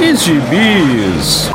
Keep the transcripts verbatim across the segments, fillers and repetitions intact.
de Gibis.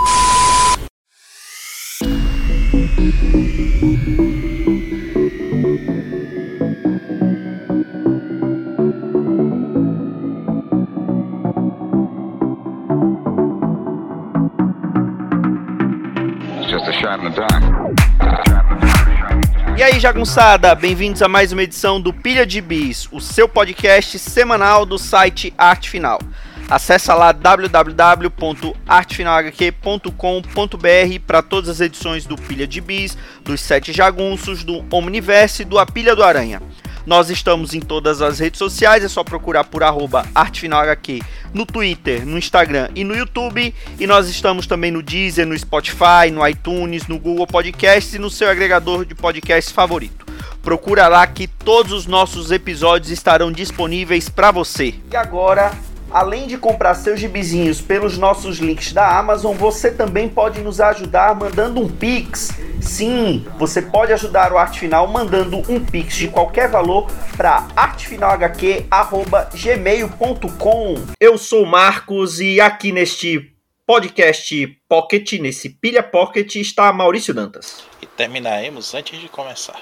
E aí, jagunçada, bem-vindos a mais uma edição do Pilha de Bis, o seu podcast semanal do site Arte Final. Acesse lá w w w ponto arte final h q ponto com ponto b r para todas as edições do Pilha de Bis, dos Sete Jagunços, do Omniverse e do A Pilha do Aranha. Nós estamos em todas as redes sociais, é só procurar por arroba artefinalhq no Twitter, no Instagram e no YouTube. E nós estamos também no Deezer, no Spotify, no iTunes, no Google Podcasts e no seu agregador de podcasts favorito. Procura lá que todos os nossos episódios estarão disponíveis para você. E agora, além de comprar seus gibizinhos pelos nossos links da Amazon, você também pode nos ajudar mandando um Pix. Sim, você pode ajudar o Arte Final mandando um Pix de qualquer valor para artefinalhq arroba gmail ponto com. Eu sou o Marcos e aqui neste podcast Pocket, nesse Pilha Pocket, está Maurício Dantas. E terminaremos antes de começar.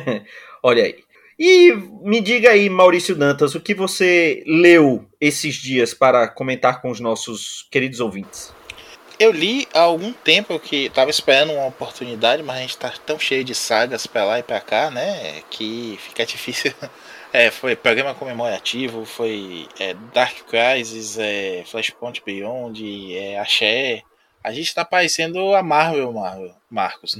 Olha aí. E me diga aí, Maurício Dantas, o que você leu esses dias para comentar com os nossos queridos ouvintes? Eu li há algum tempo que estava esperando uma oportunidade, mas a gente está tão cheio de sagas para lá e para cá, né, que fica difícil. É, foi programa comemorativo, foi é, Dark Crisis, é, Flashpoint Beyond, é, Axé. A gente está parecendo a Marvel, Marvel, Marcos,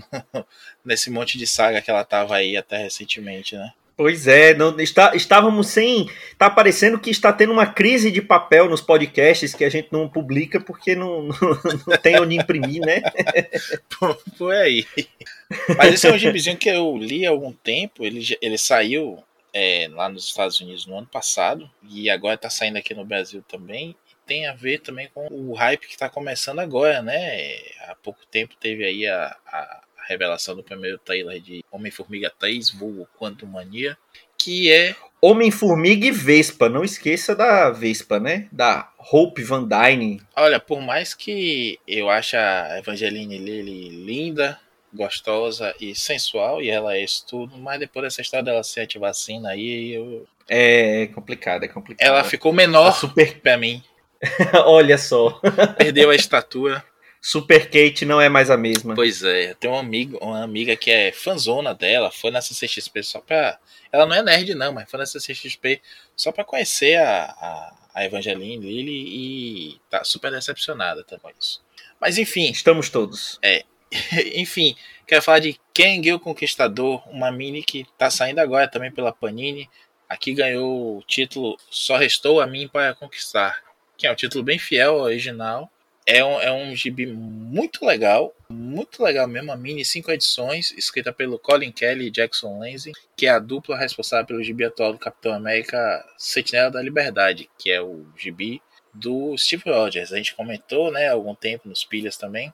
nesse monte de saga que ela tava aí até recentemente, né? Pois é, não, está, estávamos sem... Está parecendo que está tendo uma crise de papel nos podcasts que a gente não publica porque não, não, não tem onde imprimir, né? Foi aí. Mas esse é um gibizinho que eu li há algum tempo. Ele, ele saiu é, lá nos Estados Unidos no ano passado e agora está saindo aqui no Brasil também. E tem a ver também com o hype que está começando agora, né? Há pouco tempo teve aí a... a a revelação do primeiro trailer de Homem-Formiga três, vulgo Quantumania, que é... Homem-Formiga e Vespa, não esqueça da Vespa, né? Da Hope Van Dyne. Olha, por mais que eu ache a Evangeline Lilly linda, gostosa e sensual, e ela é isso tudo, mas depois dessa história dela ser antivacina aí, eu... É complicado, é complicado. Ela ficou menor super... pra mim. Olha só. Perdeu a estatura. Super Kate não é mais a mesma. Pois é, eu tenho um amigo, uma amiga que é fanzona dela, foi na C C X P só pra... Ela não é nerd não, mas foi na C C X P só pra conhecer a, a, a Evangeline Lilly e tá super decepcionada também com isso. Mas enfim... Estamos todos. É, enfim, quero falar de Kang o Conquistador, uma mini que tá saindo agora também pela Panini. Aqui ganhou o título Só Restou a Mim para Conquistar, que é um título bem fiel ao original. É um, é um gibi muito legal, muito legal mesmo, a mini cinco edições, escrita pelo Colin Kelly e Jackson Lanzing, que é a dupla responsável pelo gibi atual do Capitão América Sentinela da Liberdade, que é o gibi do Steve Rogers. A gente comentou, né, há algum tempo nos pilhas também,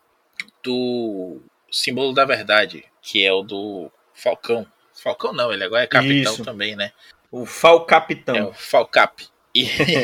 do Símbolo da Verdade, que é o do Falcão. Falcão não, ele agora é Capitão Isso. também, né? O Falcapitão. É o Falcap. E...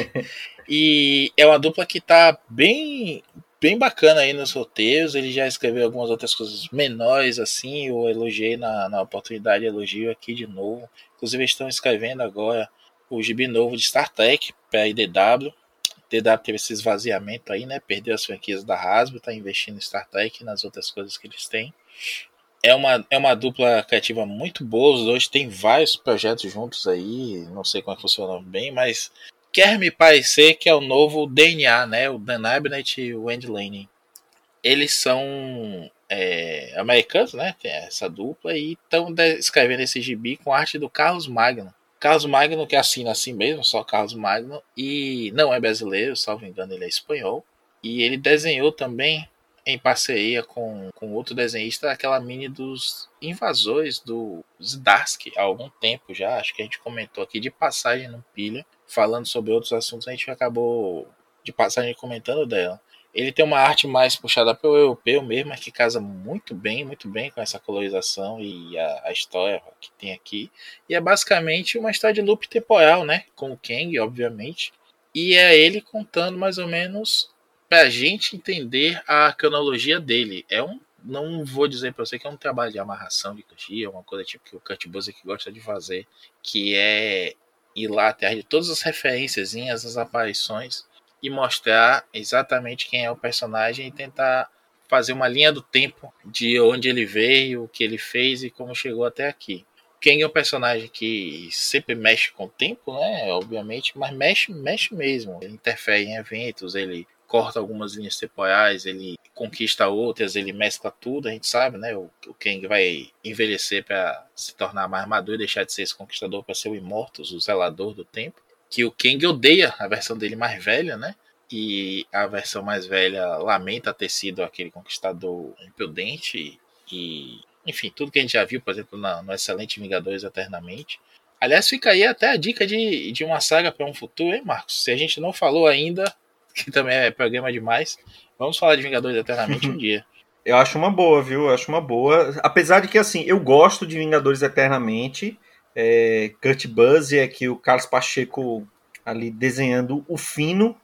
E é uma dupla que tá bem, bem bacana aí nos roteiros. Ele já escreveu algumas outras coisas menores assim. Eu elogiei na, na oportunidade, elogio aqui de novo. Inclusive estão escrevendo agora o gibi novo de Star Trek para a I D W. D W teve esse esvaziamento aí, né? Perdeu as franquias da Hasbro, tá investindo em Star Trek e nas outras coisas que eles têm. É uma, é uma dupla criativa muito boa. Os dois têm vários projetos juntos aí. Não sei como é que funciona bem, mas... Quer me parecer que é o novo D N A, né? O Dan Abnett e o Andy Lanning. Eles são é, americanos, né? Tem essa dupla e estão escrevendo esse gibi com arte do Carlos Magno. Carlos Magno que assina assim mesmo, só Carlos Magno. E não é brasileiro, salvo engano, ele é espanhol. E ele desenhou também, em parceria com, com outro desenhista, aquela mini dos invasores do Zdarsky há algum tempo já. Acho que a gente comentou aqui de passagem no Pilha. Falando sobre outros assuntos, a gente acabou de passagem comentando dela. Ele tem uma arte mais puxada pelo europeu mesmo, que casa muito bem, muito bem com essa colorização e a, a história que tem aqui. E é basicamente uma história de loop temporal, né? Com o Kang, obviamente. E é ele contando mais ou menos pra gente entender a cronologia dele. É um, não vou dizer pra você que é um trabalho de amarração de cronologia, uma coisa tipo que o Kurt Busiek gosta de fazer, que é ir lá atrás de todas as referências, as aparições, e mostrar exatamente quem é o personagem e tentar fazer uma linha do tempo de onde ele veio, o que ele fez e como chegou até aqui. Kang é um personagem que sempre mexe com o tempo, né? Obviamente, mas mexe, mexe mesmo. Ele interfere em eventos, ele corta algumas linhas temporais, ele conquista outras, ele mescla tudo, a gente sabe, né? O, o Kang vai envelhecer para se tornar mais maduro e deixar de ser esse conquistador para ser o Immortus, o zelador do tempo. Que o Kang odeia a versão dele mais velha, né? E a versão mais velha lamenta ter sido aquele conquistador imprudente e, enfim, tudo que a gente já viu, por exemplo, no, no excelente Vingadores Eternamente. Aliás, fica aí até a dica de, de uma saga para um futuro, hein, Marcos? Se a gente não falou ainda, que também é programa demais, vamos falar de Vingadores Eternamente um dia. Eu acho uma boa, viu? Eu acho uma boa. Apesar de que, assim, eu gosto de Vingadores Eternamente. É, Kurt Busiek, o Carlos Pacheco ali desenhando o fino,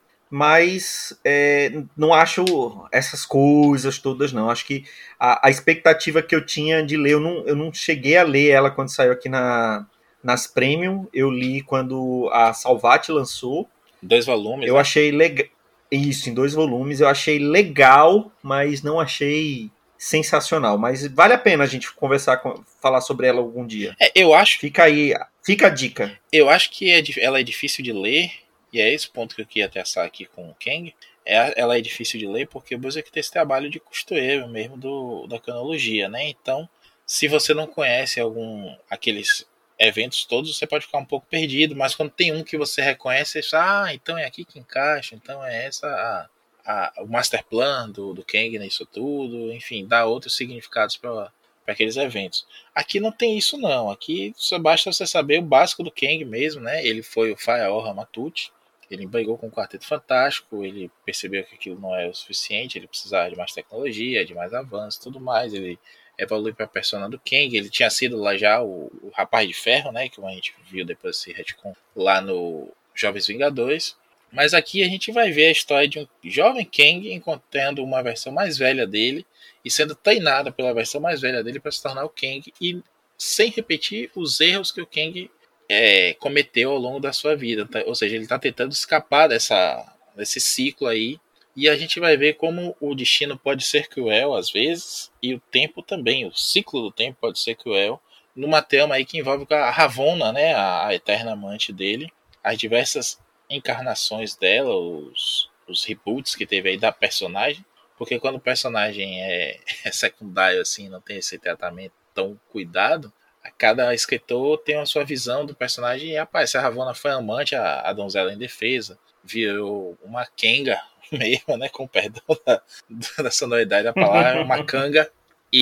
mas é, não acho essas coisas todas, não. Acho que a, a expectativa que eu tinha de ler, eu não, eu não cheguei a ler ela quando saiu aqui na, nas Premium. Eu li quando a Salvat lançou. Dois volumes, Eu né? achei legal. Isso, em dois volumes. Eu achei legal, mas não achei sensacional. Mas vale a pena a gente conversar, com, falar sobre ela algum dia. É, eu acho. Fica aí, fica a dica. Eu acho que é, ela é difícil de ler, e é esse ponto que eu queria traçar aqui com o Kang. É, ela é difícil de ler porque o Busiek tem esse trabalho de costureiro mesmo do, da cronologia, né? Então, se você não conhece algum aqueles eventos todos, você pode ficar um pouco perdido, mas quando tem um que você reconhece, você fala, ah, então é aqui que encaixa, então é essa a, a, o master plan do, do Kang nisso tudo, enfim, dá outros significados para aqueles eventos. Aqui não tem isso não, aqui só basta você saber o básico do Kang mesmo, né? Ele foi o Fayaor Ramatut, ele brigou com o Quarteto Fantástico, ele percebeu que aquilo não era o suficiente, ele precisava de mais tecnologia, de mais avanço, tudo mais, ele evolui para a persona do Kang. Ele tinha sido lá já o, o Rapaz de Ferro, né, que a gente viu depois desse retcon lá no Jovens Vingadores. Mas aqui a gente vai ver a história de um jovem Kang encontrando uma versão mais velha dele e sendo treinado pela versão mais velha dele para se tornar o Kang e sem repetir os erros que o Kang é, cometeu ao longo da sua vida. Tá? Ou seja, ele está tentando escapar dessa, desse ciclo aí. E a gente vai ver como o destino pode ser cruel às vezes, e o tempo também, o ciclo do tempo pode ser cruel, numa trama aí que envolve a Ravonna, né, a, a eterna amante dele, as diversas encarnações dela, os, os reboots que teve aí da personagem, porque quando o personagem é, é secundário assim, não tem esse tratamento tão cuidado, a cada escritor tem a sua visão do personagem e rapaz, se a Ravonna foi amante, a, a donzela indefesa, virou uma Kenga mesmo, né, com perdão da, da sonoridade da palavra, uma canga,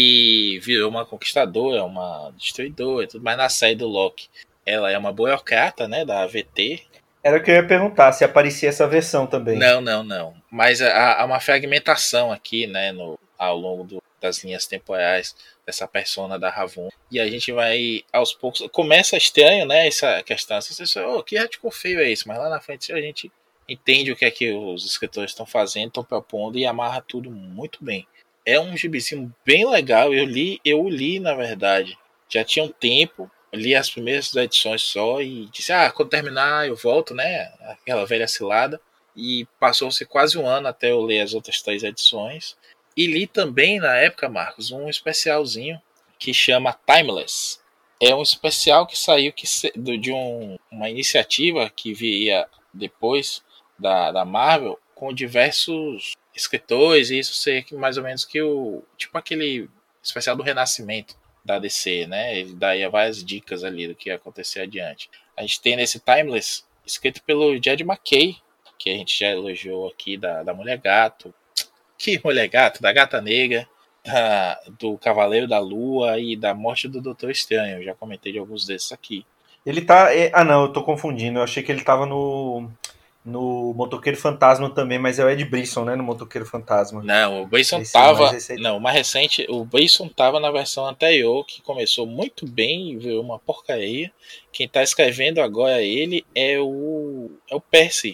e virou uma conquistadora, uma destruidora e tudo, mas na série do Loki ela é uma burocrata, né, da A V T. Era o que eu ia perguntar, se aparecia essa versão também. Não, não, não, mas há, há uma fragmentação aqui, né, no, ao longo do, das linhas temporais dessa persona da Ravonna, e a gente vai aos poucos, começa estranho, né, essa questão, assim, você oh, que radical feio é isso, mas lá na frente a gente entende o que é que os escritores estão fazendo, estão propondo e amarra tudo muito bem. É um gibizinho bem legal, eu li, eu li na verdade, já tinha um tempo, li as primeiras edições só e disse, ah, quando terminar eu volto, né, aquela velha cilada, e passou-se quase um ano até eu ler as outras três edições, e li também na época, Marcos, um especialzinho que chama Timeless. É um especial que saiu que, de um, uma iniciativa que viria depois Da, da Marvel, com diversos escritores, e isso ser mais ou menos que o tipo aquele especial do Renascimento da D C, né? Ele daria várias dicas ali do que ia acontecer adiante. A gente tem nesse Timeless, escrito pelo Jed MacKay, que a gente já elogiou aqui, da, da Mulher Gato. Que Mulher Gato? Da Gata Negra, da, do Cavaleiro da Lua e da Morte do Doutor Estranho. Eu já comentei de alguns desses aqui. Ele tá... É, ah, não, eu tô confundindo. Eu achei que ele tava no... No Motoqueiro Fantasma também, mas é o Ed Brisson, né? No Motoqueiro Fantasma. Não, o Brisson tava. Não, o mais recente, o Brisson tava na versão anterior, que começou muito bem e virou uma porcaria. Quem tá escrevendo agora ele é o. É o Percy,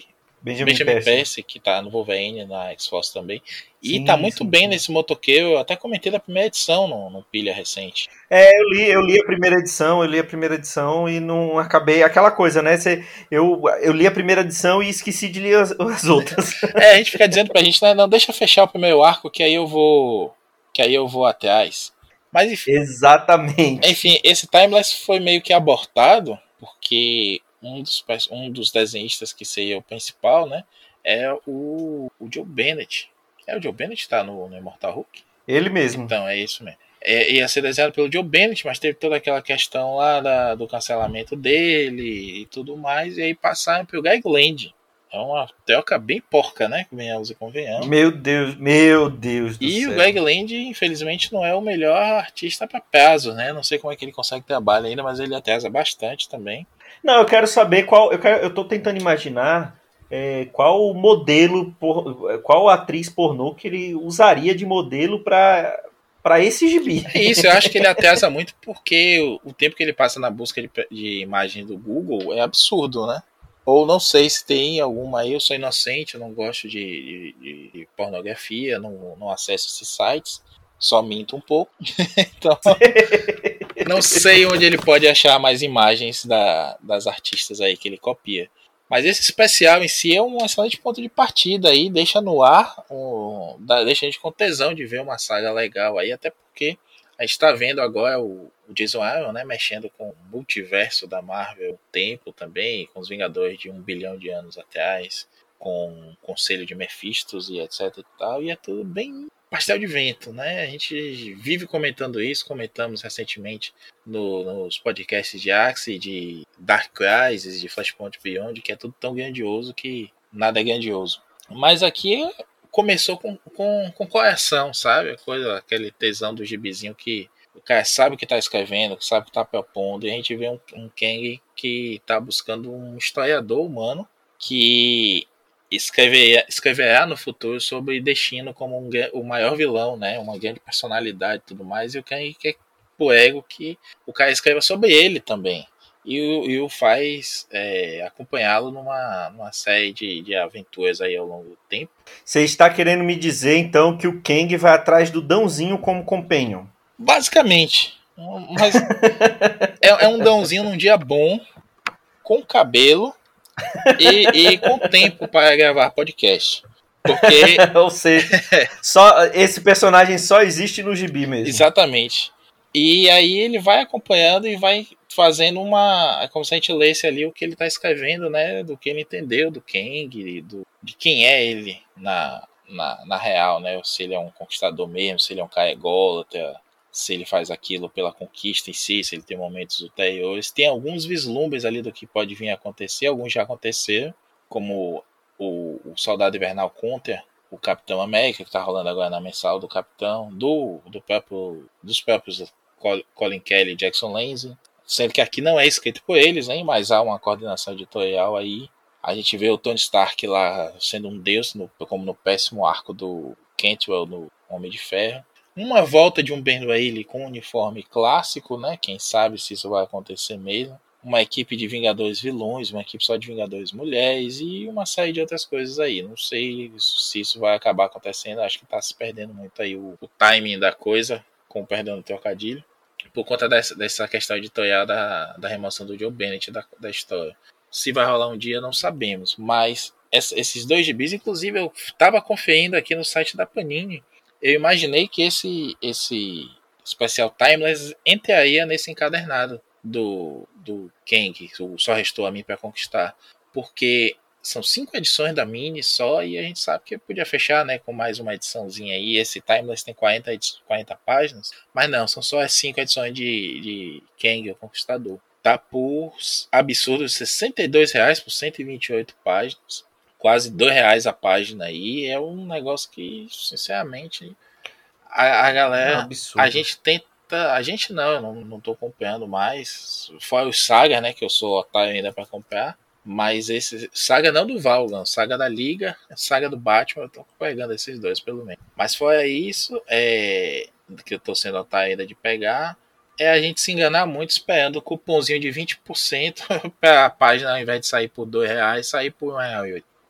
Benjamin, Benjamin Percy. Percy, que tá no Wolverine, na X-Force também. E Sim, tá muito sim, bem sim. nesse motoqueiro. Eu até comentei da primeira edição no, no Pilha recente. É, eu li, eu li a primeira edição, eu li a primeira edição e não acabei. Aquela coisa, né? Cê, eu, eu li a primeira edição e esqueci de ler as, as outras. É, a gente fica dizendo pra gente, não, não deixa fechar o primeiro arco, que aí eu vou. Que aí eu vou atrás. Mas enfim, Exatamente. enfim, esse Timeless foi meio que abortado, porque um dos, um dos desenhistas que seria o principal, né? É o, o Joe Bennett. É o Joe Bennett que tá no, no Immortal Hulk? Ele mesmo. Então, é isso mesmo. É, ia ser desenhado pelo Joe Bennett, mas teve toda aquela questão lá da, do cancelamento dele e tudo mais, e aí passaram pro Greg Land. É uma troca bem porca, né? Venhamos e convenhamos. Meu Deus, meu Deus do E céu. o Greg Land, infelizmente, não é o melhor artista para peso, né? Não sei como é que ele consegue trabalhar ainda, mas ele atrasa bastante também. Não, eu quero saber qual. Eu, quero, eu tô tentando imaginar é, qual modelo, por, qual atriz pornô que ele usaria de modelo pra, pra esse gibi. É isso, eu acho que ele atrasa muito porque o, o tempo que ele passa na busca de, de imagem do Google é absurdo, né? Ou não sei se tem alguma aí, eu sou inocente, eu não gosto de, de, de pornografia, não, não acesso esses sites, só minto um pouco. Então, não sei onde ele pode achar mais imagens da, das artistas aí que ele copia. Mas esse especial em si é um excelente ponto de partida aí, deixa no ar, um, deixa a gente com tesão de ver uma saga legal aí, até porque a gente está vendo agora o, o Jason Aaron, né, mexendo com o multiverso da Marvel, o tempo também, com os Vingadores de um bilhão de anos atrás, com o Conselho de Mephistos e etc e tal, e é tudo bem pastel de vento, né? A gente vive comentando isso, comentamos recentemente no, nos podcasts de Axie, de Dark Crisis, de Flashpoint Beyond, que é tudo tão grandioso que nada é grandioso. Mas aqui começou com, com, com coração, sabe? A coisa, aquele tesão do gibizinho que o cara sabe o que está escrevendo, sabe o que está propondo, e a gente vê um, um Kang que está buscando um historiador humano que escreverá, escreverá no futuro sobre Destino como um, o maior vilão, né? Uma grande personalidade e tudo mais, e o Kang quer pro ego que o cara escreva sobre ele também. E o, e o faz é, acompanhá-lo numa, numa série de, de aventuras aí ao longo do tempo. Você está querendo me dizer, então, que o Kang vai atrás do Dãozinho como companion? Basicamente. Mas é, é um Dãozinho num dia bom, com cabelo e, e com tempo para gravar podcast. Porque... Ou seja, só, esse personagem só existe no gibi mesmo. Exatamente. E aí ele vai acompanhando e vai fazendo uma... É como se a gente lesse ali o que ele está escrevendo, né? Do que ele entendeu, do Kang, do, de quem é ele na, na, na real, né? Se ele é um conquistador mesmo, se ele é um cara ególatra, se ele faz aquilo pela conquista em si, se ele tem momentos ulteriores. Tem alguns vislumbres ali do que pode vir a acontecer, alguns já aconteceram, como o, o Soldado Invernal contra o Capitão América, que está rolando agora na mensal do Capitão, do, do próprio, dos próprios Colin Kelly e Jackson Lanzing, sendo que aqui não é escrito por eles, hein, mas há uma coordenação editorial aí. A gente vê o Tony Stark lá sendo um deus, no, como no péssimo arco do Cantwell no Homem de Ferro. Uma volta de um Ben Reilly com um uniforme clássico, né? Quem sabe se isso vai acontecer mesmo. Uma equipe de Vingadores vilões, uma equipe só de Vingadores mulheres e uma série de outras coisas aí. Não sei se isso vai acabar acontecendo, acho que está se perdendo muito aí o, o timing da coisa, com perdão do trocadilho, por conta dessa, dessa questão editorial da, da remoção do Joe Bennett da, da história. Se vai rolar um dia, não sabemos, mas essa, esses dois gibis, inclusive eu estava conferindo aqui no site da Panini, eu imaginei que esse, esse especial Timeless entraria nesse encadernado do, do Kang, o Só Restou a Mim para Conquistar, porque são cinco edições da mini só, e a gente sabe que podia fechar, né, com mais uma ediçãozinha aí. Esse Timeless tem quarenta, quarenta páginas, mas não, são só as cinco edições de, de Kang, o Conquistador. Tá por absurdos sessenta e dois reais por cento e vinte e oito páginas, quase dois reais a página aí. É um negócio que, sinceramente, a, a galera, é a gente tenta, a gente não, eu não, não tô acompanhando mais, fora os Saga, né, que eu sou otário ainda para comprar, mas esse Saga não do Valgan, Saga da Liga, Saga do Batman, eu tô pegando esses dois pelo menos. Mas fora isso, é, que eu tô sendo otário ainda de pegar, é a gente se enganar muito esperando o cupomzinho de vinte por cento para a página, ao invés de sair por dois reais, sair por um real e oito.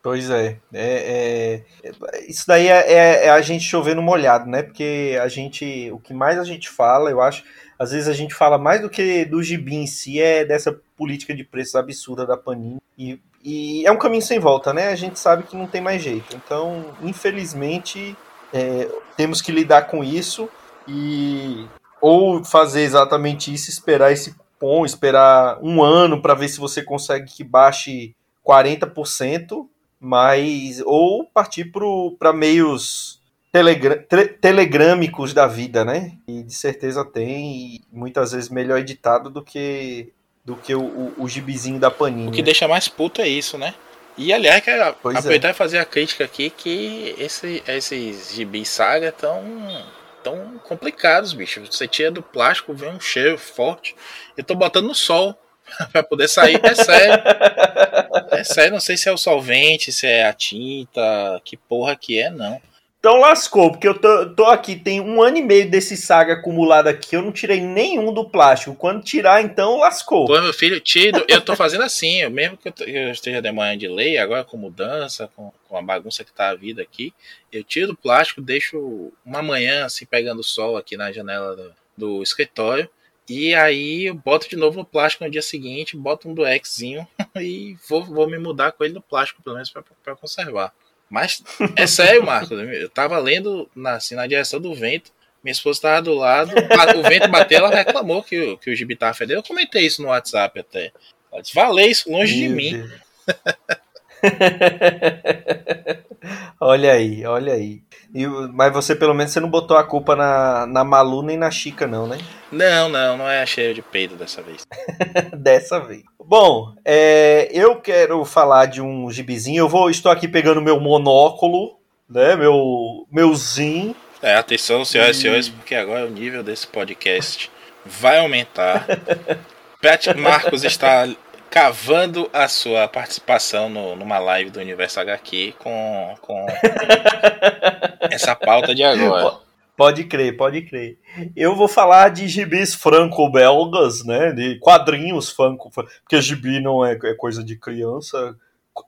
Pois é, é, é isso daí é, é, é a gente chover no molhado, né? Porque a gente, o que mais a gente fala, eu acho, às vezes a gente fala mais do que do gibi em si, é dessa política de preços absurda da Panini. E, e é um caminho sem volta, né? A gente sabe que não tem mais jeito. Então, infelizmente, é, temos que lidar com isso e ou fazer exatamente isso, esperar esse cupom, esperar um ano para ver se você consegue que baixe quarenta por cento. Mas ou partir para meios telegra telegrâmicos da vida, né? E de certeza tem, e muitas vezes melhor editado do que do que o, o, o gibizinho da Panini. O que deixa mais puto é isso, né? E aliás, quero Pois aproveitar é. e fazer a crítica aqui que esse, esses gibis saga tão, tão complicados, bicho. Você tira do plástico, vem um cheiro forte. Eu tô botando no sol pra poder sair. É sério. É sério, não sei se é o solvente, se é a tinta, que porra que é, não. Então lascou, porque eu tô, tô aqui, tem um ano e meio desse saga acumulado aqui, eu não tirei nenhum do plástico. Quando tirar, então lascou. Pô, meu filho, tiro, eu tô fazendo assim, eu, mesmo que eu, eu esteja demorando de lei, agora com mudança, com, com a bagunça que tá a vida aqui, eu tiro do plástico, deixo uma manhã assim, pegando sol aqui na janela do, do escritório, e aí eu boto de novo no plástico no dia seguinte, boto um duexzinho e vou, vou me mudar com ele no plástico, pelo menos pra, pra conservar. Mas é sério, Marcos, eu tava lendo na, assim, na direção do vento, minha esposa tava do lado, o vento bateu, ela reclamou que, o, que o gibi tava fedendo. Eu comentei isso no WhatsApp até. Ela disse, valeu isso longe Meu de mim. Olha aí, olha aí. E, mas você, pelo menos, você não botou a culpa na, na Malu nem na Chica, não, né? Não, não, não é cheio de peido dessa vez. Dessa vez. Bom, é, eu quero falar de um gibizinho. Eu vou, estou aqui pegando meu monóculo, né? Meu, meu zin. É, atenção, senhoras e senhores, porque agora o nível desse podcast vai aumentar. Marcos está cavando a sua participação no, numa live do Universo agá quê com, com essa pauta de agora. Pode crer, pode crer. Eu vou falar de gibis franco-belgas, né? De quadrinhos franco, porque gibi não é, é coisa de criança.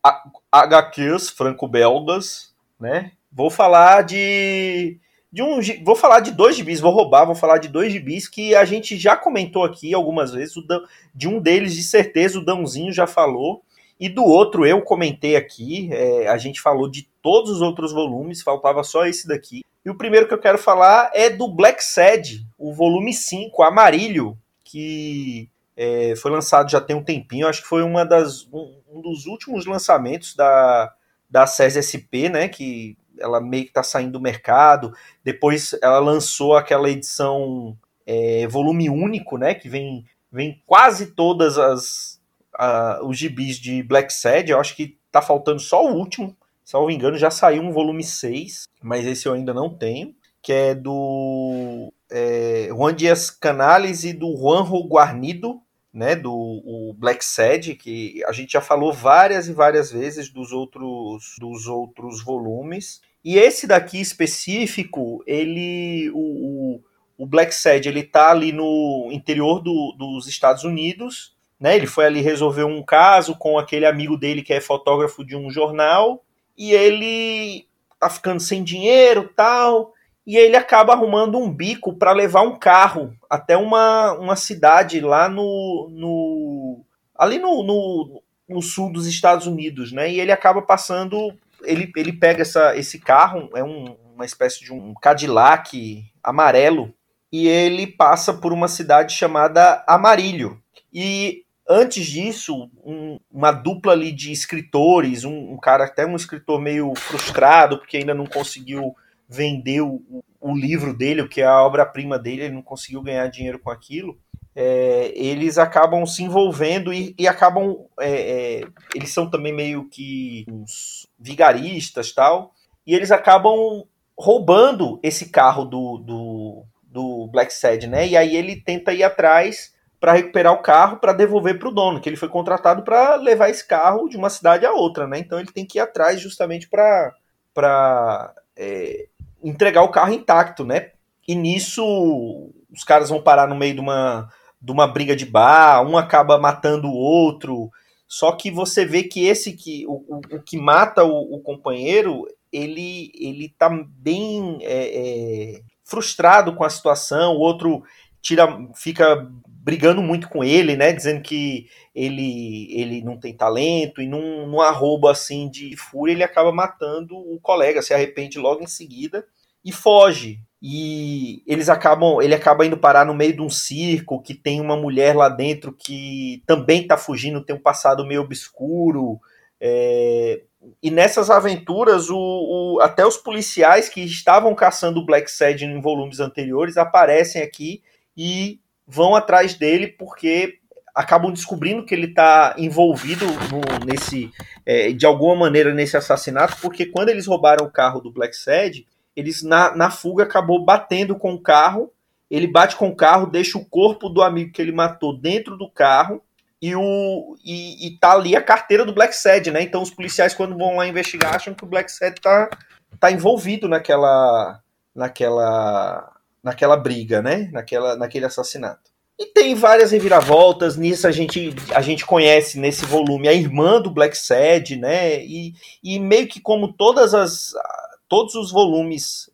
agá quês franco-belgas, né? Vou falar de de um, vou falar de dois gibis, vou roubar, vou falar de dois gibis que a gente já comentou aqui algumas vezes. O Dan, de um deles, de certeza, o Dãozinho já falou. E do outro, eu comentei aqui. É, a gente falou de todos os outros volumes, faltava só esse daqui. E o primeiro que eu quero falar é do Black Sad, o volume cinco, Amarilho, que é, foi lançado já tem um tempinho. Acho que foi uma das, um, um dos últimos lançamentos da, da S E S S P, né? Que ela meio que está saindo do mercado. Depois ela lançou aquela edição é, volume único, né? Que vem, vem quase todas as uh, os gibis de Black Sad. Eu acho que tá faltando só o último. Se eu não me engano, já saiu um volume seis, mas esse eu ainda não tenho, que é do é, Juan Dias Canales e do Juanjo Guarnido, né, do o Black Sad, que a gente já falou várias e várias vezes dos outros, dos outros volumes. E esse daqui específico, ele, o, o Black Sad, ele tá ali no interior do, dos Estados Unidos, né, ele foi ali resolver um caso com aquele amigo dele que é fotógrafo de um jornal, e ele tá ficando sem dinheiro e tal, e ele acaba arrumando um bico para levar um carro até uma, uma cidade lá no, no ali no, no, no sul dos Estados Unidos, né? E ele acaba passando, ele, ele pega essa, esse carro, é um, uma espécie de um Cadillac amarelo, e ele passa por uma cidade chamada Amarilho. E antes disso, um, uma dupla ali de escritores, um, um cara, até um escritor meio frustrado, porque ainda não conseguiu vender o, o livro dele, o que é a obra-prima dele, ele não conseguiu ganhar dinheiro com aquilo, é, eles acabam se envolvendo e, e acabam, é, é, eles são também meio que uns vigaristas, tal, e eles acabam roubando esse carro do, do, do Black Sad, né, e aí ele tenta ir atrás para recuperar o carro, para devolver para o dono, que ele foi contratado para levar esse carro de uma cidade a outra, né? Então ele tem que ir atrás justamente para para é, entregar o carro intacto, né? E nisso os caras vão parar no meio de uma, de uma briga de bar, um acaba matando o outro, Só que você vê que esse que o, o, o que mata o, o companheiro, ele, ele tá bem é, é, frustrado com a situação, o outro tira, fica brigando muito com ele, né, dizendo que ele, ele não tem talento, e num, num arrobo assim de fúria, ele acaba matando o colega, se arrepende logo em seguida e foge. E eles acabam, ele acaba indo parar no meio de um circo que tem uma mulher lá dentro que também está fugindo, tem um passado meio obscuro. É, e nessas aventuras, o, o, até os policiais que estavam caçando o Blacksad em volumes anteriores aparecem aqui e vão atrás dele porque acabam descobrindo que ele está envolvido no, nesse, é, de alguma maneira nesse assassinato, porque quando eles roubaram o carro do Blacksad, eles na, na fuga acabou batendo com o carro, ele bate com o carro, deixa o corpo do amigo que ele matou dentro do carro, e, o, e, e tá ali a carteira do Blacksad, né? Então os policiais, quando vão lá investigar, acham que o Blacksad tá, tá envolvido naquela, naquela, naquela briga, né? Naquela, naquele assassinato. E tem várias reviravoltas, nisso a gente, a gente conhece nesse volume a irmã do Blacksad, né? E, e meio que como todas as... todos os volumes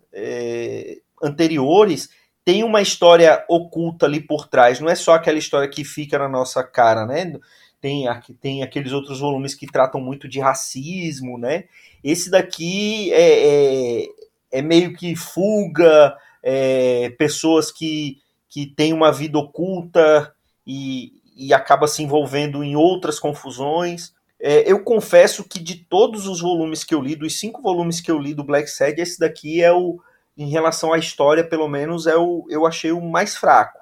é, anteriores tem uma história oculta ali por trás, não é só aquela história que fica na nossa cara, né? Tem, tem aqueles outros volumes que tratam muito de racismo, né? Esse daqui é, é, é meio que fuga, é, pessoas que, que têm uma vida oculta e, e acaba se envolvendo em outras confusões. É, eu confesso que de todos os volumes que eu li, dos cinco volumes que eu li do Blacksad, esse daqui é o, em relação à história, pelo menos, é o, eu achei o mais fraco.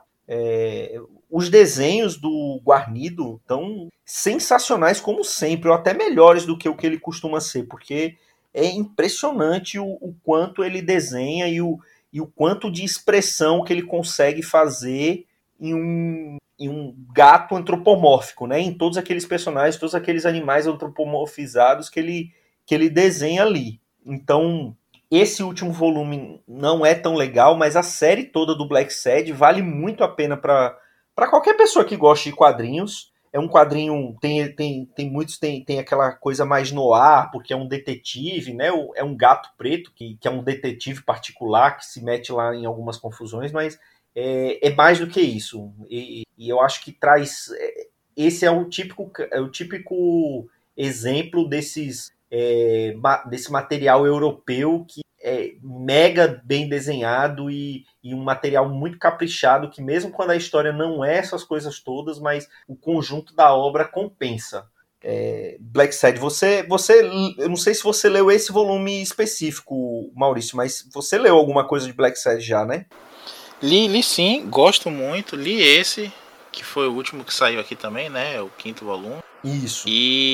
É, os desenhos do Guarnido estão sensacionais, como sempre, ou até melhores do que o que ele costuma ser, porque é impressionante o, o quanto ele desenha e o, e o quanto de expressão que ele consegue fazer em um... em um gato antropomórfico, né? Em todos aqueles personagens, todos aqueles animais antropomorfizados que ele, que ele desenha ali. Então, esse último volume não é tão legal, mas a série toda do Blacksad vale muito a pena para qualquer pessoa que goste de quadrinhos. É um quadrinho, tem, tem, tem muitos, tem, tem aquela coisa mais noir, porque é um detetive, né? É um gato preto, que, que é um detetive particular, que se mete lá em algumas confusões, mas É, é mais do que isso, e, e eu acho que traz, esse é o típico, é o típico exemplo desses, é, desse material europeu que é mega bem desenhado e, e um material muito caprichado, que mesmo quando a história não é essas coisas todas, mas o conjunto da obra compensa. É, Blacksad, você, você, eu não sei se você leu esse volume específico, Maurício, mas você leu alguma coisa de Blacksad já, né? Li, li sim, gosto muito. Li esse, que foi o último que saiu aqui também, né? O quinto volume. Isso.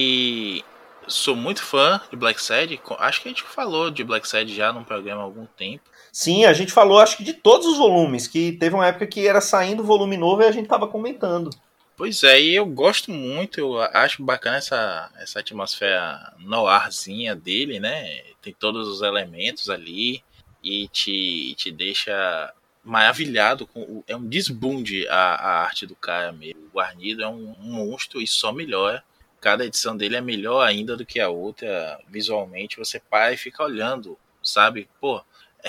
E sou muito fã de Blacksad. Acho que a gente falou de Blacksad já num programa há algum tempo. Sim, a gente falou, acho que de todos os volumes, que teve uma época que era saindo volume novo e a gente tava comentando. Pois é, e eu gosto muito, eu acho bacana essa, essa atmosfera noirzinha dele, né? Tem todos os elementos ali e te, te deixa maravilhado com, é um desbunde a, a arte do cara mesmo. O Guarnido é um, um monstro e só melhora. Cada edição dele é melhor ainda do que a outra. Visualmente você para e fica olhando, sabe? Pô,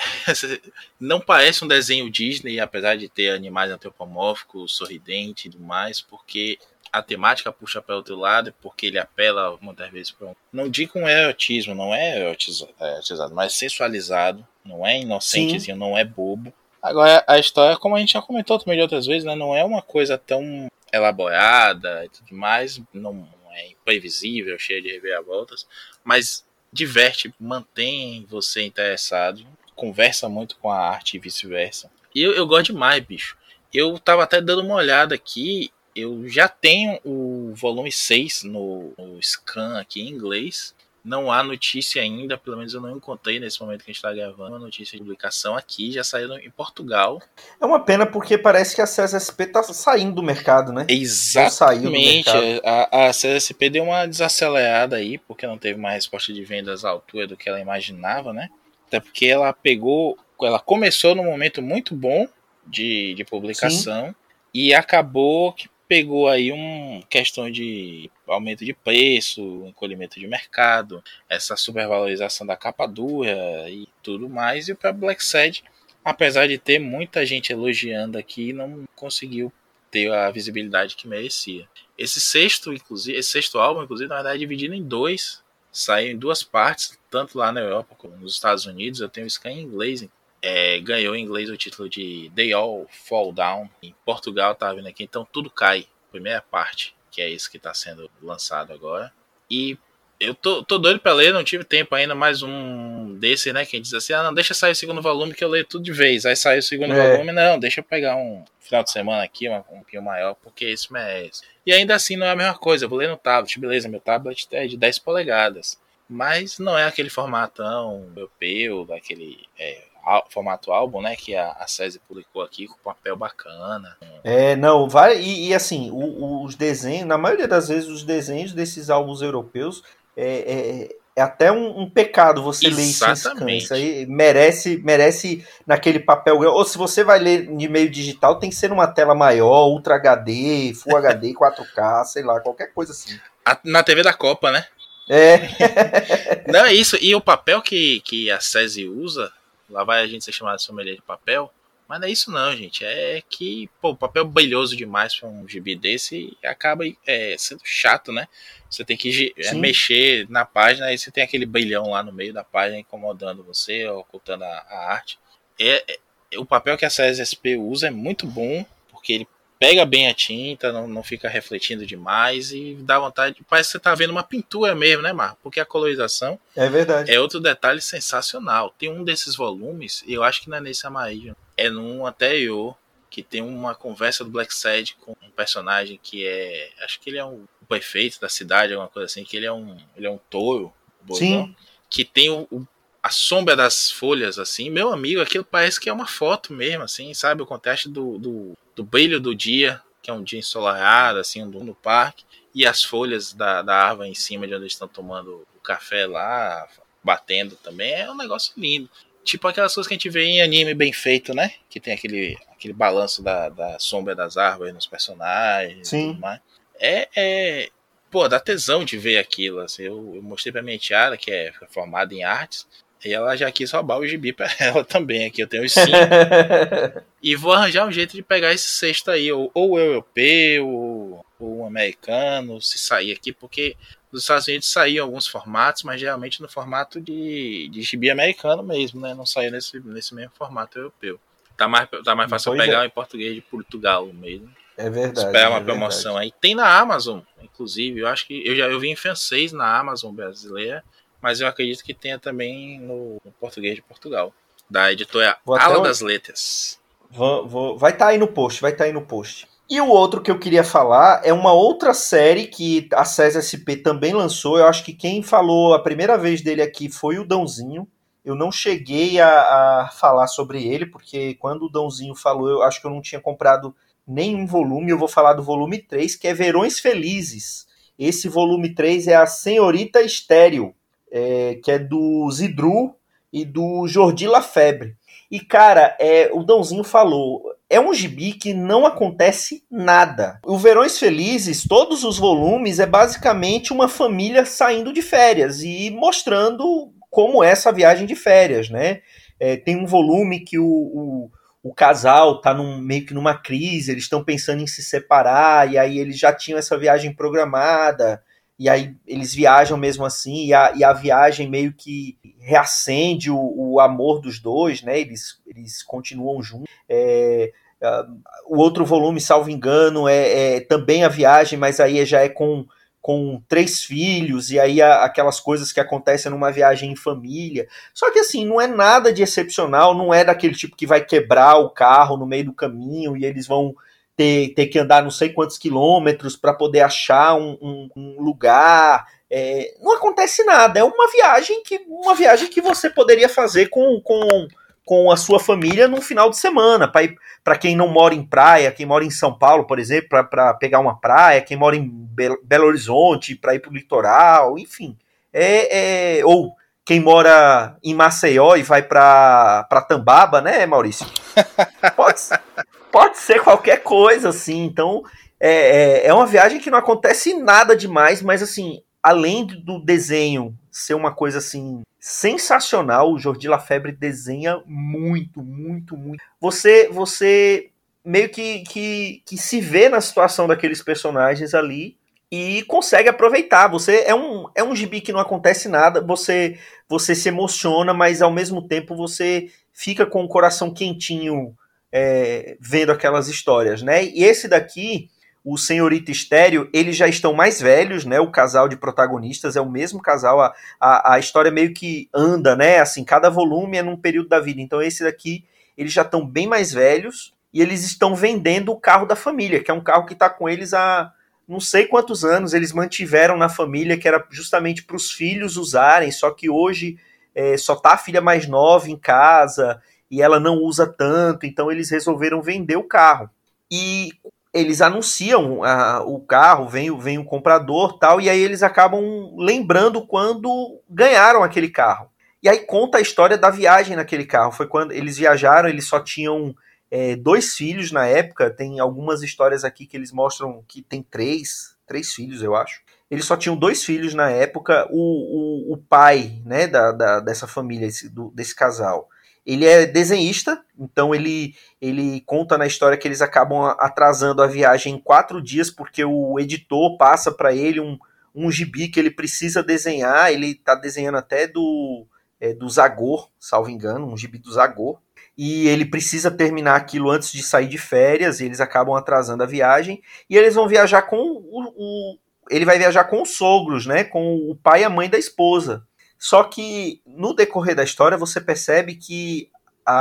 não parece um desenho Disney, apesar de ter animais antropomórficos, sorridentes e tudo mais, porque a temática puxa para outro lado, porque ele apela muitas vezes para um... Não digo um erotismo, não é erotizado, mas sensualizado, não é inocentezinho, não é bobo. Agora, a história, como a gente já comentou também de outras vezes, né, não é uma coisa tão elaborada e tudo mais, não é imprevisível, cheia de reviravoltas, mas diverte, mantém você interessado, conversa muito com a arte e vice-versa. E eu, eu gosto demais, bicho. Eu tava até dando uma olhada aqui, eu já tenho o volume seis no, no scan aqui em inglês. Não há notícia ainda, pelo menos eu não encontrei nesse momento que a gente está gravando uma notícia de publicação aqui, já saiu em Portugal. É uma pena porque parece que a C S S P está saindo do mercado, né? Exatamente, a, a C S S P deu uma desacelerada aí, porque não teve uma resposta de vendas à altura do que ela imaginava, né? Até porque ela pegou, ela começou num momento muito bom de, de publicação. Sim. E acabou que pegou aí uma questão de aumento de preço, encolhimento de mercado, essa supervalorização da capa dura e tudo mais, e o próprio Black Sad, apesar de ter muita gente elogiando aqui, não conseguiu ter a visibilidade que merecia. Esse sexto, inclusive, esse sexto álbum, inclusive, na verdade, é dividido em dois, saiu em duas partes, tanto lá na Europa como nos Estados Unidos. Eu tenho isso em inglês, é, ganhou em inglês o título de They All Fall Down. Em Portugal, tá vendo aqui, então Tudo Cai, primeira parte, que é esse que está sendo lançado agora. E eu tô, tô doido pra ler, não tive tempo ainda, mais um desse, né, que a gente diz assim, ah, não, deixa sair o segundo volume que eu leio tudo de vez. Aí sai o segundo é. volume, não, deixa eu pegar um final de semana aqui, um, um pouquinho maior, porque esse merece. E ainda assim não é a mesma coisa, eu vou ler no tablet, beleza, meu tablet é de dez polegadas, mas não é aquele formatão europeu, daquele é, formato álbum, né, que a, a SESI publicou aqui, com papel bacana. É, não, vai, e, e assim, o, os desenhos, na maioria das vezes, os desenhos desses álbuns europeus, é, é, é até um, um pecado você ler isso em scan. Isso aí merece, merece naquele papel, ou se você vai ler de meio digital, tem que ser numa tela maior, Ultra H D, Full H D, quatro K, sei lá, qualquer coisa assim. A, na T V da Copa, né? É. Não, é isso, e o papel que, que a SESI usa, lá vai a gente ser chamado de sommelier de papel, mas não é isso não, gente, é que pô, o papel brilhoso demais para um gibi desse acaba é, sendo chato, né? Você tem que é, mexer na página, aí você tem aquele brilhão lá no meio da página incomodando você, ocultando a, a arte. É, é, o papel que a SESI S P usa é muito bom, porque ele pega bem a tinta, não, não fica refletindo demais e dá vontade, parece que você tá vendo uma pintura mesmo, né, Marco? Porque a colorização é verdade. É outro detalhe sensacional. Tem um desses volumes, eu acho que não é nesse Amarillo, é num anterior, que tem uma conversa do Black Sad com um personagem que é, acho que ele é um prefeito da cidade, alguma coisa assim, que ele é um, ele é um touro, Sim. que tem o, o, a sombra das folhas, assim, meu amigo, aquilo parece que é uma foto mesmo, assim, sabe, o contraste do, do, do brilho do dia, que é um dia ensolarado, assim, no parque, e as folhas da, da árvore em cima de onde eles estão tomando o café lá, batendo também, é um negócio lindo. Tipo aquelas coisas que a gente vê em anime bem feito, né? Que tem aquele, aquele balanço da, da sombra das árvores nos personagens. Sim. E tudo mais. É, é... Pô, dá tesão de ver aquilo. Assim, eu, eu mostrei pra minha tiara, que é formada em artes, e ela já quis roubar o gibi pra ela também. Aqui eu tenho os cinco. E vou arranjar um jeito de pegar esse sexto aí, ou, ou o europeu, ou, ou o americano, se sair aqui, porque nos Estados Unidos saíam alguns formatos, mas geralmente no formato de, de gibi americano mesmo, né? Não saiu nesse, nesse mesmo formato europeu. Tá mais, tá mais fácil pois pegar é. Em português de Portugal mesmo. É verdade. Esperar uma é promoção verdade. aí. Tem na Amazon, inclusive. Eu acho que eu já eu vi em francês na Amazon brasileira, mas eu acredito que tenha também no, no português de Portugal. Da editora Ala das Letras. Vou, vou, vai estar tá aí no post, vai estar tá aí no post. E o outro que eu queria falar é uma outra série que a SESI S P também lançou. Eu acho que quem falou a primeira vez dele aqui foi o Dãozinho. Eu não cheguei a, a falar sobre ele, porque quando o Dãozinho falou, eu acho que eu não tinha comprado nenhum volume. Eu vou falar do volume três, que é Verões Felizes. Esse volume três é a Senhorita Estéreo, é, que é do Zidru e do Jordi Lafebre. E, cara, é, o Dãozinho falou, é um gibi que não acontece nada. O Verões Felizes, todos os volumes, é basicamente uma família saindo de férias e mostrando como é essa viagem de férias, né? É, tem um volume que o, o, o casal tá num, meio que numa crise, eles estão pensando em se separar, e aí eles já tinham essa viagem programada, e aí eles viajam mesmo assim, e a, e a viagem meio que reacende o, o amor dos dois, né? Eles, eles continuam juntos. É, uh, o outro volume, salvo engano, é, é também a viagem, mas aí já é com, com três filhos, e aí a, aquelas coisas que acontecem numa viagem em família. Só que assim, não é nada de excepcional, não é daquele tipo que vai quebrar o carro no meio do caminho e eles vão ter, ter que andar não sei quantos quilômetros para poder achar um, um, um lugar. É, não acontece nada, é uma viagem que, uma viagem que você poderia fazer com, com, com a sua família num final de semana, para quem não mora em praia, quem mora em São Paulo, por exemplo, para pegar uma praia, quem mora em Belo, Belo Horizonte, para ir para o litoral, enfim. É, é, ou quem mora em Maceió e vai para Tambaba, né, Maurício? Pode, pode ser qualquer coisa, assim, então... É, é, é uma viagem que não acontece nada demais, mas assim, além do desenho ser uma coisa assim sensacional, o Jordi Lafebre desenha muito, muito, muito. Você, você meio que, que, que se vê na situação daqueles personagens ali e consegue aproveitar. Você é um, é um gibi que não acontece nada, você, você se emociona, mas ao mesmo tempo você fica com o coração quentinho é, vendo aquelas histórias, né? E esse daqui, o Senhorita Estéreo, eles já estão mais velhos, né? O casal de protagonistas é o mesmo casal, a, a, a história meio que anda, né? Assim, cada volume é num período da vida. Então esse daqui, eles já estão bem mais velhos e eles estão vendendo o carro da família, que é um carro que está com eles há não sei quantos anos. Eles mantiveram na família, que era justamente para os filhos usarem, só que hoje é, só tá a filha mais nova em casa e ela não usa tanto, então eles resolveram vender o carro. E eles anunciam a, o carro, vem, vem o comprador tal, e aí eles acabam lembrando quando ganharam aquele carro. E aí conta a história da viagem naquele carro. Foi quando eles viajaram, eles só tinham é, dois filhos na época. Tem algumas histórias aqui que eles mostram que tem três, três filhos, eu acho. Eles só tinham dois filhos na época. O, o, o pai, né, da, da, dessa família, esse, do, desse casal, ele é desenhista, então ele, ele conta na história que eles acabam atrasando a viagem em quatro dias, porque o editor passa para ele um, um gibi que ele precisa desenhar. Ele está desenhando até do, é, do Zagor, salvo engano, um gibi do Zagor, e ele precisa terminar aquilo antes de sair de férias, e eles acabam atrasando a viagem, e eles vão viajar com o, o ele vai viajar com os sogros, né, com o pai e a mãe da esposa. Só que no decorrer da história você percebe que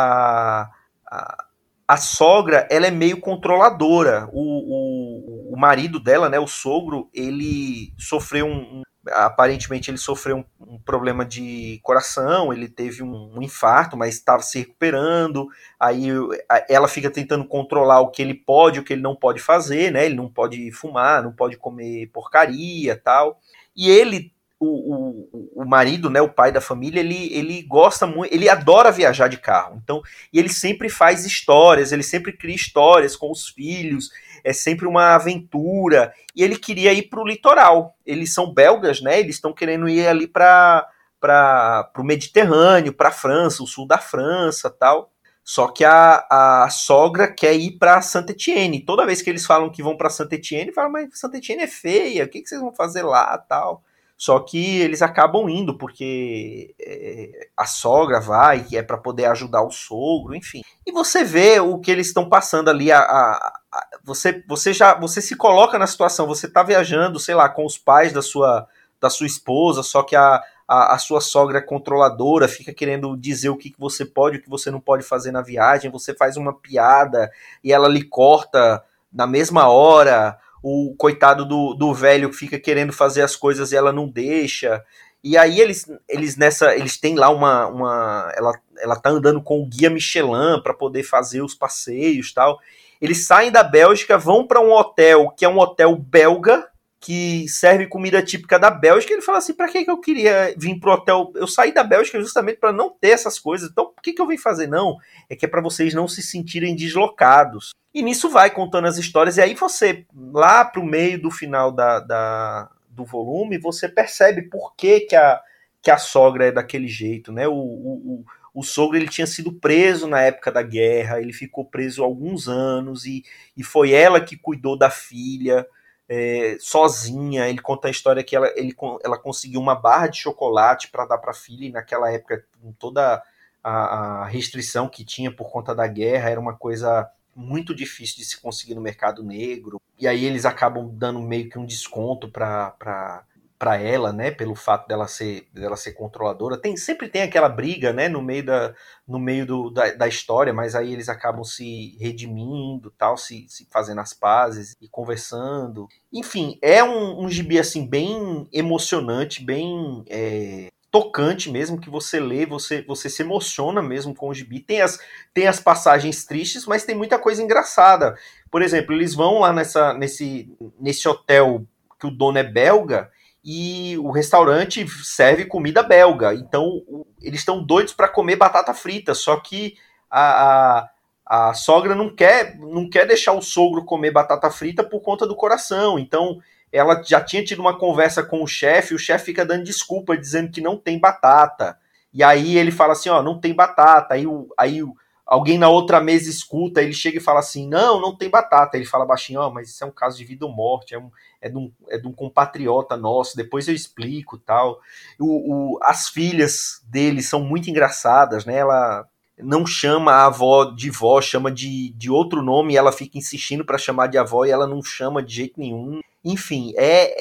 a, a, a sogra, ela é meio controladora. O, o, o marido dela, né, o sogro, ele sofreu um, um aparentemente ele sofreu um, um problema de coração, ele teve um, um infarto, mas estava se recuperando. Aí ela fica tentando controlar o que ele pode, o que ele não pode fazer, né? Ele não pode fumar, não pode comer porcaria, tal. E ele O, o, o marido, né, o pai da família, ele, ele gosta muito, ele adora viajar de carro. Então, e ele sempre faz histórias, ele sempre cria histórias com os filhos, é sempre uma aventura. E ele queria ir para o litoral. Eles são belgas, né? Eles estão querendo ir ali para para o Mediterrâneo, para a França, o sul da França, tal. Só que a, a sogra quer ir para Saint-Étienne. Toda vez que eles falam que vão para Saint-Étienne, falam, mas Saint-Étienne é feia, o que, que vocês vão fazer lá, tal. Só que eles acabam indo, porque é, a sogra vai, que é para poder ajudar o sogro, enfim. E você vê o que eles estão passando ali. A, a, a, você, você já você se coloca na situação, você está viajando, sei lá, com os pais da sua, da sua esposa, só que a, a, a sua sogra é controladora, fica querendo dizer o que, que você pode e o que você não pode fazer na viagem. Você faz uma piada e ela lhe corta na mesma hora. O coitado do, do velho fica querendo fazer as coisas e ela não deixa. E aí eles, eles nessa eles têm lá uma, uma ela, ela tá andando com o guia Michelin para poder fazer os passeios, tal. Eles saem da Bélgica, vão para um hotel que é um hotel belga, que serve comida típica da Bélgica. Ele fala assim, para que que eu queria vir pro hotel? Eu saí da Bélgica justamente para não ter essas coisas. Então, por que que eu vim fazer? Não, é que é para vocês não se sentirem deslocados. E nisso vai contando as histórias, e aí você, lá pro meio do final da, da, do volume, você percebe por que que a, que a sogra é daquele jeito, né? O, o, o sogro, ele tinha sido preso na época da guerra, ele ficou preso há alguns anos, e, e foi ela que cuidou da filha, É, sozinha. Ele conta a história que ela, ele, ela conseguiu uma barra de chocolate para dar para a filha, e naquela época, com toda a, a restrição que tinha por conta da guerra, era uma coisa muito difícil de se conseguir no mercado negro. E aí eles acabam dando meio que um desconto para para ela, né, pelo fato dela ser, dela ser controladora. Tem, sempre tem aquela briga, né, no meio, da, no meio do, da, da história, mas aí eles acabam se redimindo, tal, se, se fazendo as pazes e conversando. Enfim, é um, um gibi assim, bem emocionante, bem é, tocante mesmo, que você lê, você, você se emociona mesmo com o gibi. Tem as, tem as passagens tristes, mas tem muita coisa engraçada. Por exemplo, eles vão lá nessa, nesse, nesse hotel que o dono é belga, e o restaurante serve comida belga. Então eles estão doidos para comer batata frita, só que a, a, a sogra não quer, não quer deixar o sogro comer batata frita por conta do coração. Então, ela já tinha tido uma conversa com o chefe, o chefe fica dando desculpa, dizendo que não tem batata. E aí ele fala assim, ó, não tem batata. Aí, o, aí o, alguém na outra mesa escuta, ele chega e fala assim, não, não tem batata. Ele fala baixinho, ó, mas isso é um caso de vida ou morte, é, um, é, de, um, é de um compatriota nosso, depois eu explico tal. O, o, as filhas dele são muito engraçadas, né? Ela não chama a avó de vó, chama de, de outro nome, e ela fica insistindo para chamar de avó, e ela não chama de jeito nenhum. Enfim,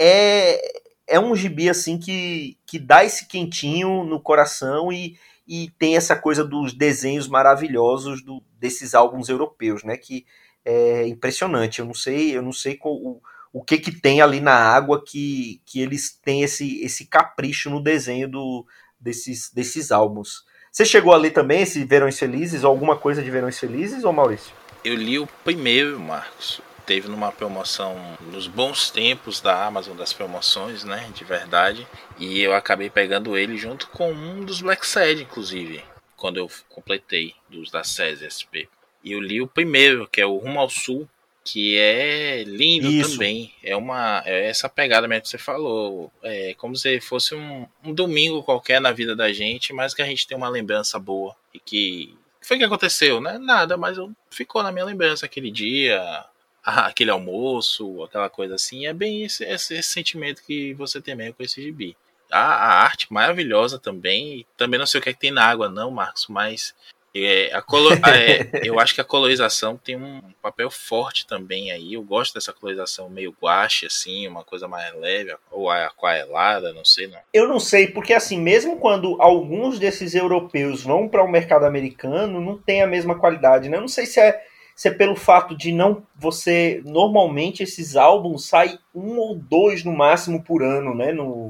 é, é, é um gibi assim que, que dá esse quentinho no coração e, e tem essa coisa dos desenhos maravilhosos do, desses álbuns europeus, né? Que é impressionante. Eu não sei, eu não sei qual, o, o que que tem ali na água que, que eles têm esse, esse capricho no desenho do, desses, desses álbuns. Você chegou a ler também esse Verões Felizes, ou alguma coisa de Verões Felizes, ou Maurício? Eu li o primeiro, Marcos. Teve numa promoção nos bons tempos da Amazon, das promoções, né, de verdade. E eu acabei pegando ele junto com um dos Black Sad, inclusive, quando eu completei, dos da SESI S P. E eu li o primeiro, que é o Rumo ao Sul, que é lindo. Isso. Também. É uma é essa pegada mesmo que você falou. É como se fosse um, um domingo qualquer na vida da gente, mas que a gente tem uma lembrança boa. E que... que foi que aconteceu, né? Nada, mas ficou na minha lembrança aquele dia, aquele almoço, aquela coisa assim. É bem esse, esse, esse sentimento que você tem mesmo com esse gibi. A, a arte maravilhosa também. Também não sei o que é que tem na água não, Marcos, mas... É, a colo- é, eu acho que a colorização tem um papel forte também aí. Eu gosto dessa colorização meio guache, assim, uma coisa mais leve, ou aquarelada, não sei não. Eu não sei, porque assim, mesmo quando alguns desses europeus vão para o mercado americano, não tem a mesma qualidade, né? Eu não sei se é, se é pelo fato de não você... Normalmente esses álbuns saem um ou dois no máximo por ano, né? No,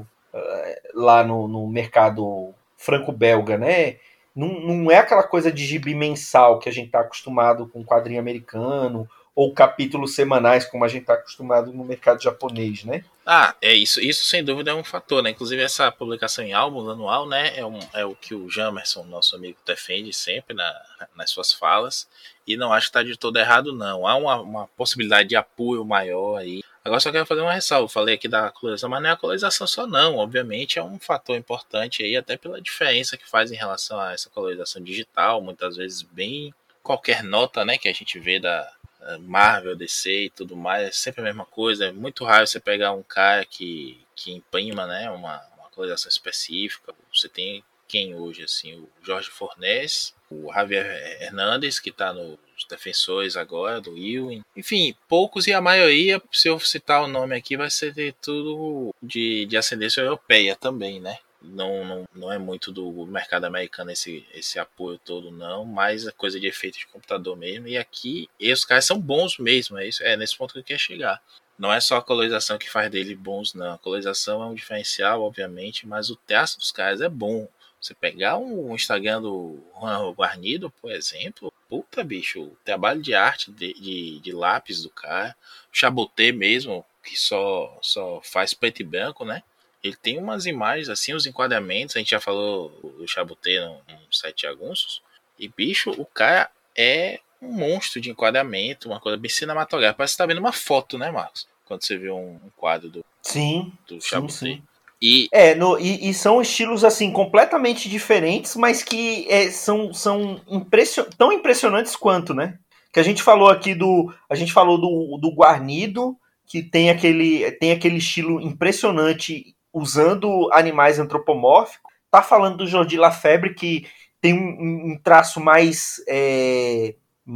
lá no, no mercado franco-belga, né? Não, não é aquela coisa de gibi mensal que a gente está acostumado com quadrinho americano ou capítulos semanais como a gente está acostumado no mercado japonês, né? Ah, é isso, isso sem dúvida é um fator, né? Inclusive essa publicação em álbum anual, né? É, um, é o que o Jamerson, nosso amigo, defende sempre na, nas suas falas. E não acho que está de todo errado, não. Há uma, uma possibilidade de apoio maior aí. Agora só quero fazer uma ressalva. Eu falei aqui da colorização, mas não é a colorização só não. Obviamente é um fator importante aí, até pela diferença que faz em relação a essa colorização digital, muitas vezes bem qualquer nota, né, que a gente vê da Marvel, D C e tudo mais, é sempre a mesma coisa. É muito raro você pegar um cara que, que imprima, né, uma, uma colorização específica. Você tem quem hoje, assim, o Jorge Fornés, o Javier Hernandes, que está nos Defensores agora, do Ewing. Enfim, poucos, e a maioria, se eu citar o nome aqui, vai ser de tudo de, de ascendência europeia também, né? Não, não, não é muito do mercado americano esse, esse apoio todo, não, mas é coisa de efeito de computador mesmo. E aqui, esses caras são bons mesmo, é, isso, é nesse ponto que eu quero chegar. Não é só a colorização que faz dele bons, não. A colorização é um diferencial, obviamente, mas o traço dos caras é bom. Você pegar o Instagram do Juan Guarnido, por exemplo, puta, bicho, o trabalho de arte de, de, de lápis do cara, o Chaboté mesmo, que só, só faz preto e branco, né? Ele tem umas imagens, assim, os enquadramentos, a gente já falou do Chaboté no, no site Jagunços, e, bicho, o cara é um monstro de enquadramento, uma coisa bem cinematográfica. Parece que você tá vendo uma foto, né, Marcos? Quando você vê um, um quadro do, sim, do Chaboté. Sim, sim. E... É, no, e, e são estilos assim completamente diferentes, mas que é, são, são impression, tão impressionantes quanto, né? Que a gente falou aqui do. A gente falou do, do Guarnido, que tem aquele, tem aquele estilo impressionante usando animais antropomórficos. Tá falando do Jordi Lafebre, que tem um, um traço mais, é,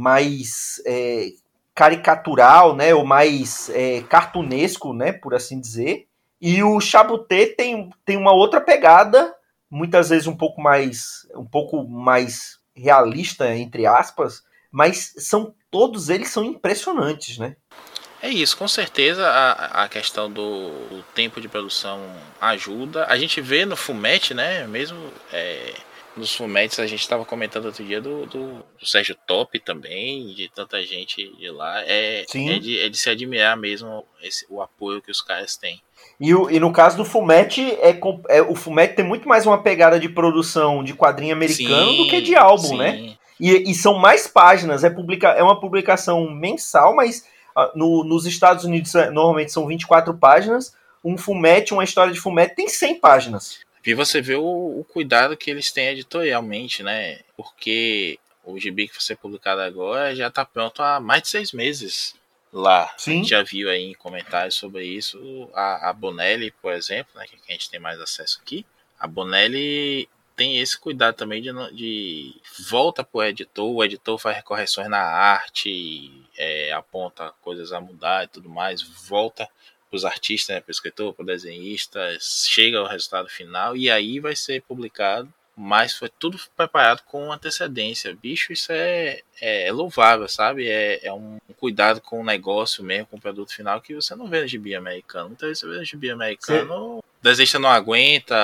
mais é, caricatural, né? Ou mais é, cartunesco, né? Por assim dizer. E o Chaboté tem, tem uma outra pegada, muitas vezes um pouco mais um pouco mais realista, entre aspas, mas são todos eles são impressionantes, né? É isso, com certeza a, a questão do, do tempo de produção ajuda. A gente vê no Fumetti, né, mesmo é, nos Fumetti, a gente estava comentando outro dia do, do, do Sérgio Top também, de tanta gente de lá. É, é, de, é de se admirar mesmo esse, o apoio que os caras têm. E, o, e no caso do Fumetti, é, é, o Fumetti tem muito mais uma pegada de produção de quadrinho americano sim, do que de álbum, sim. né? E, e são mais páginas, é, publica, é uma publicação mensal, mas uh, no, nos Estados Unidos normalmente são vinte e quatro páginas. Um Fullmetal, uma história de Fullmetal tem cem páginas. E você vê o, o cuidado que eles têm editorialmente, né? Porque o gibi que vai ser publicado agora já está pronto há mais de seis meses lá. Sim. A gente já viu aí em comentários sobre isso. A, a Bonelli, por exemplo, né, que a gente tem mais acesso aqui. A Bonelli tem esse cuidado também de, de volta para o editor. O editor faz correções na arte, é, aponta coisas a mudar e tudo mais. Volta para os artistas, né, para o escritor, para o desenhista. Chega ao resultado final e aí vai ser publicado. Mas foi tudo preparado com antecedência. Bicho, isso é, é, é louvável, sabe? É, é um cuidado com o negócio mesmo, com o produto final, que você não vê no gibi americano. Muitas vezes você vê no gibi americano, o desenhista não aguenta,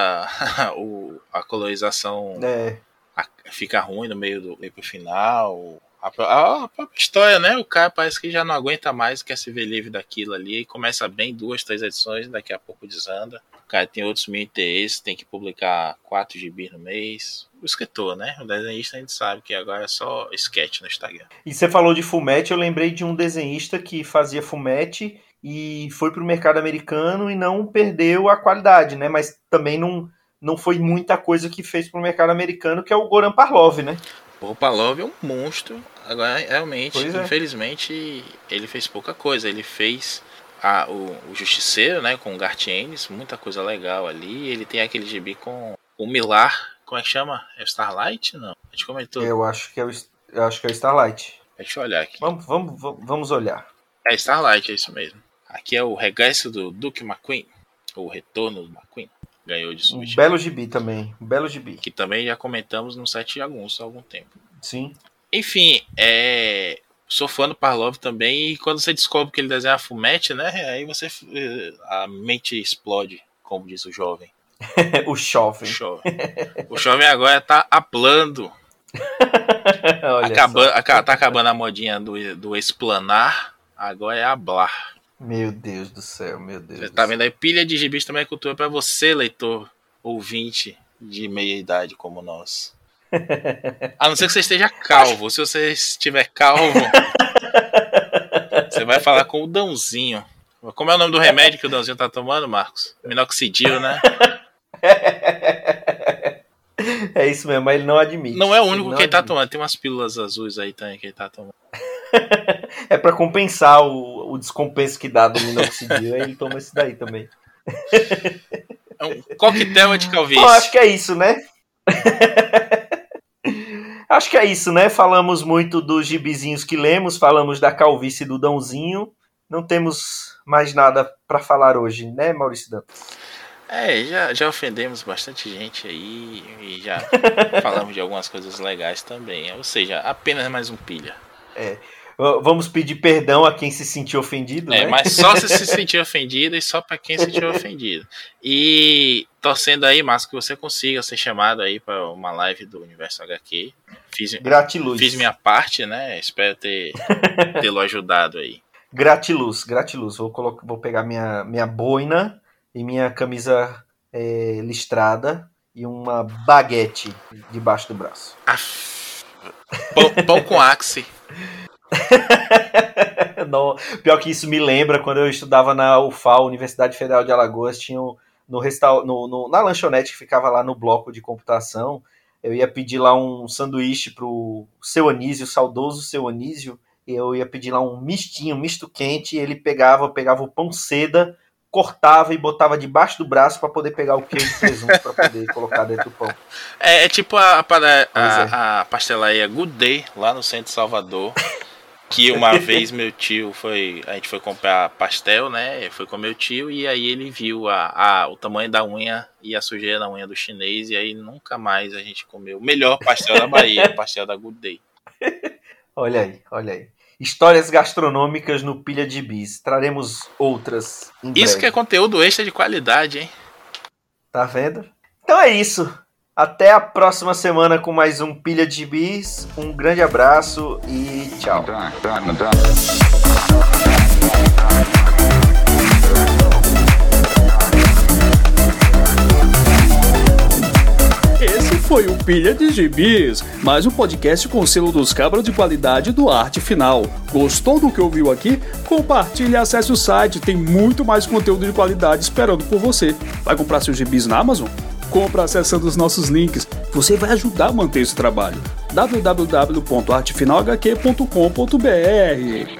o, a colorização é. a, fica ruim no meio do meio pro final. A, a, a própria história, né? O cara parece que já não aguenta mais, quer se ver livre daquilo ali. E começa bem, duas, três edições, daqui a pouco desanda. O cara tem outros mil interesses, tem que publicar quatro gibis no mês. O escritor, né? O desenhista a gente sabe que agora é só sketch no Instagram. E você falou de Fullmetal, eu lembrei de um desenhista que fazia Fullmetal e foi pro mercado americano e não perdeu a qualidade, né? Mas também não, não foi muita coisa que fez pro mercado americano, que é o Goran Parlov, né? O Parlov é um monstro. Agora, realmente, pois é. Infelizmente, ele fez pouca coisa. Ele fez a, o, o Justiceiro, né, com o Garth Ennis, muita coisa legal ali. Ele tem aquele gibi com o Millar, como é que chama? É o Starlight? Não, a gente comentou. Eu acho que é o, eu acho que é o Starlight. Deixa eu olhar aqui. Vamos, vamos, vamos olhar. É Starlight, é isso mesmo. Aqui é o regresso do Duke McQueen, o retorno do McQueen. Ganhou de Um belo gibi também, um belo gibi. Que também já comentamos no site de Jagunço há algum tempo. Sim. Enfim, é... sou fã do Parlov também, e quando você descobre que ele desenha Fullmetal, né, aí você, a mente explode, como diz o jovem. o jovem. O jovem. O jovem agora tá aplando. Acabando, a, tá acabando a modinha do, do explanar, agora é hablar. Meu Deus do céu, meu Deus. Você tá vendo aí, pilha de gibis também é cultura pra você, leitor, ouvinte de meia idade como nós. A não ser que você esteja calvo. Se você estiver calvo, você vai falar com o Dãozinho. Como é o nome do remédio que o Dãozinho tá tomando, Marcos? Minoxidil, né? É isso mesmo, mas ele não admite. Não é o único ele que ele tá tomando. Tem umas pílulas azuis aí também que ele tá tomando. É pra compensar o, o descompenso que dá do minoxidil. Aí ele toma esse daí também. É um coquetel de calvície. Bom, acho que é isso, né? Acho que é isso, né? Falamos muito dos gibizinhos que lemos, falamos da calvície do Dãozinho. Não temos mais nada pra falar hoje, né, Maurício Dantas? É, já, já ofendemos bastante gente aí e já falamos de algumas coisas legais também. Ou seja, apenas mais um pilha. É. Vamos pedir perdão a quem se sentiu ofendido, é, né? Mas só se se sentir ofendido e só para quem se sentiu ofendido. E torcendo aí, Márcio, que você consiga ser chamado aí para uma live do Universo H Q. Fiz, Gratiluz. Fiz minha parte, né? Espero ter tê-lo ajudado aí. Gratiluz, gratiluz. Vou, colocar, vou pegar minha, minha boina e minha camisa é, listrada e uma baguete debaixo do braço. Aff, pão, pão com axe. Não, pior que isso me lembra quando eu estudava na U F A L, Universidade Federal de Alagoas, tinha um, no restaur... no, no, na lanchonete que ficava lá no bloco de computação, eu ia pedir lá um sanduíche pro Seu Anísio, o saudoso Seu Anísio, e eu ia pedir lá um mistinho, um misto quente, e ele pegava, pegava o pão seda, cortava e botava debaixo do braço para poder pegar o queijo e presunto para poder colocar dentro do pão. É, é tipo a, a, a, é. a pastelaria Good Day, lá no centro de Salvador, que uma vez meu tio foi, a gente foi comprar pastel, né, foi com meu tio, e aí ele viu a, a, o tamanho da unha e a sujeira na unha do chinês, e aí nunca mais a gente comeu o melhor pastel da Bahia, o pastel da Good Day. Olha aí, olha aí. Histórias gastronômicas no Pilha de Bis. Traremos outras em breve. Isso que é conteúdo extra de qualidade, hein? Tá vendo? Então é isso. Até a próxima semana com mais um Pilha de Bis. Um grande abraço e tchau. Esse foi o Pilha de Gibis, mais um podcast com o selo dos cabras de qualidade do Arte Final. Gostou do que ouviu aqui? Compartilhe e acesse o site, tem muito mais conteúdo de qualidade esperando por você. Vai comprar seus gibis na Amazon? Compra acessando os nossos links, você vai ajudar a manter esse trabalho. w w w ponto arte final h q ponto com ponto b r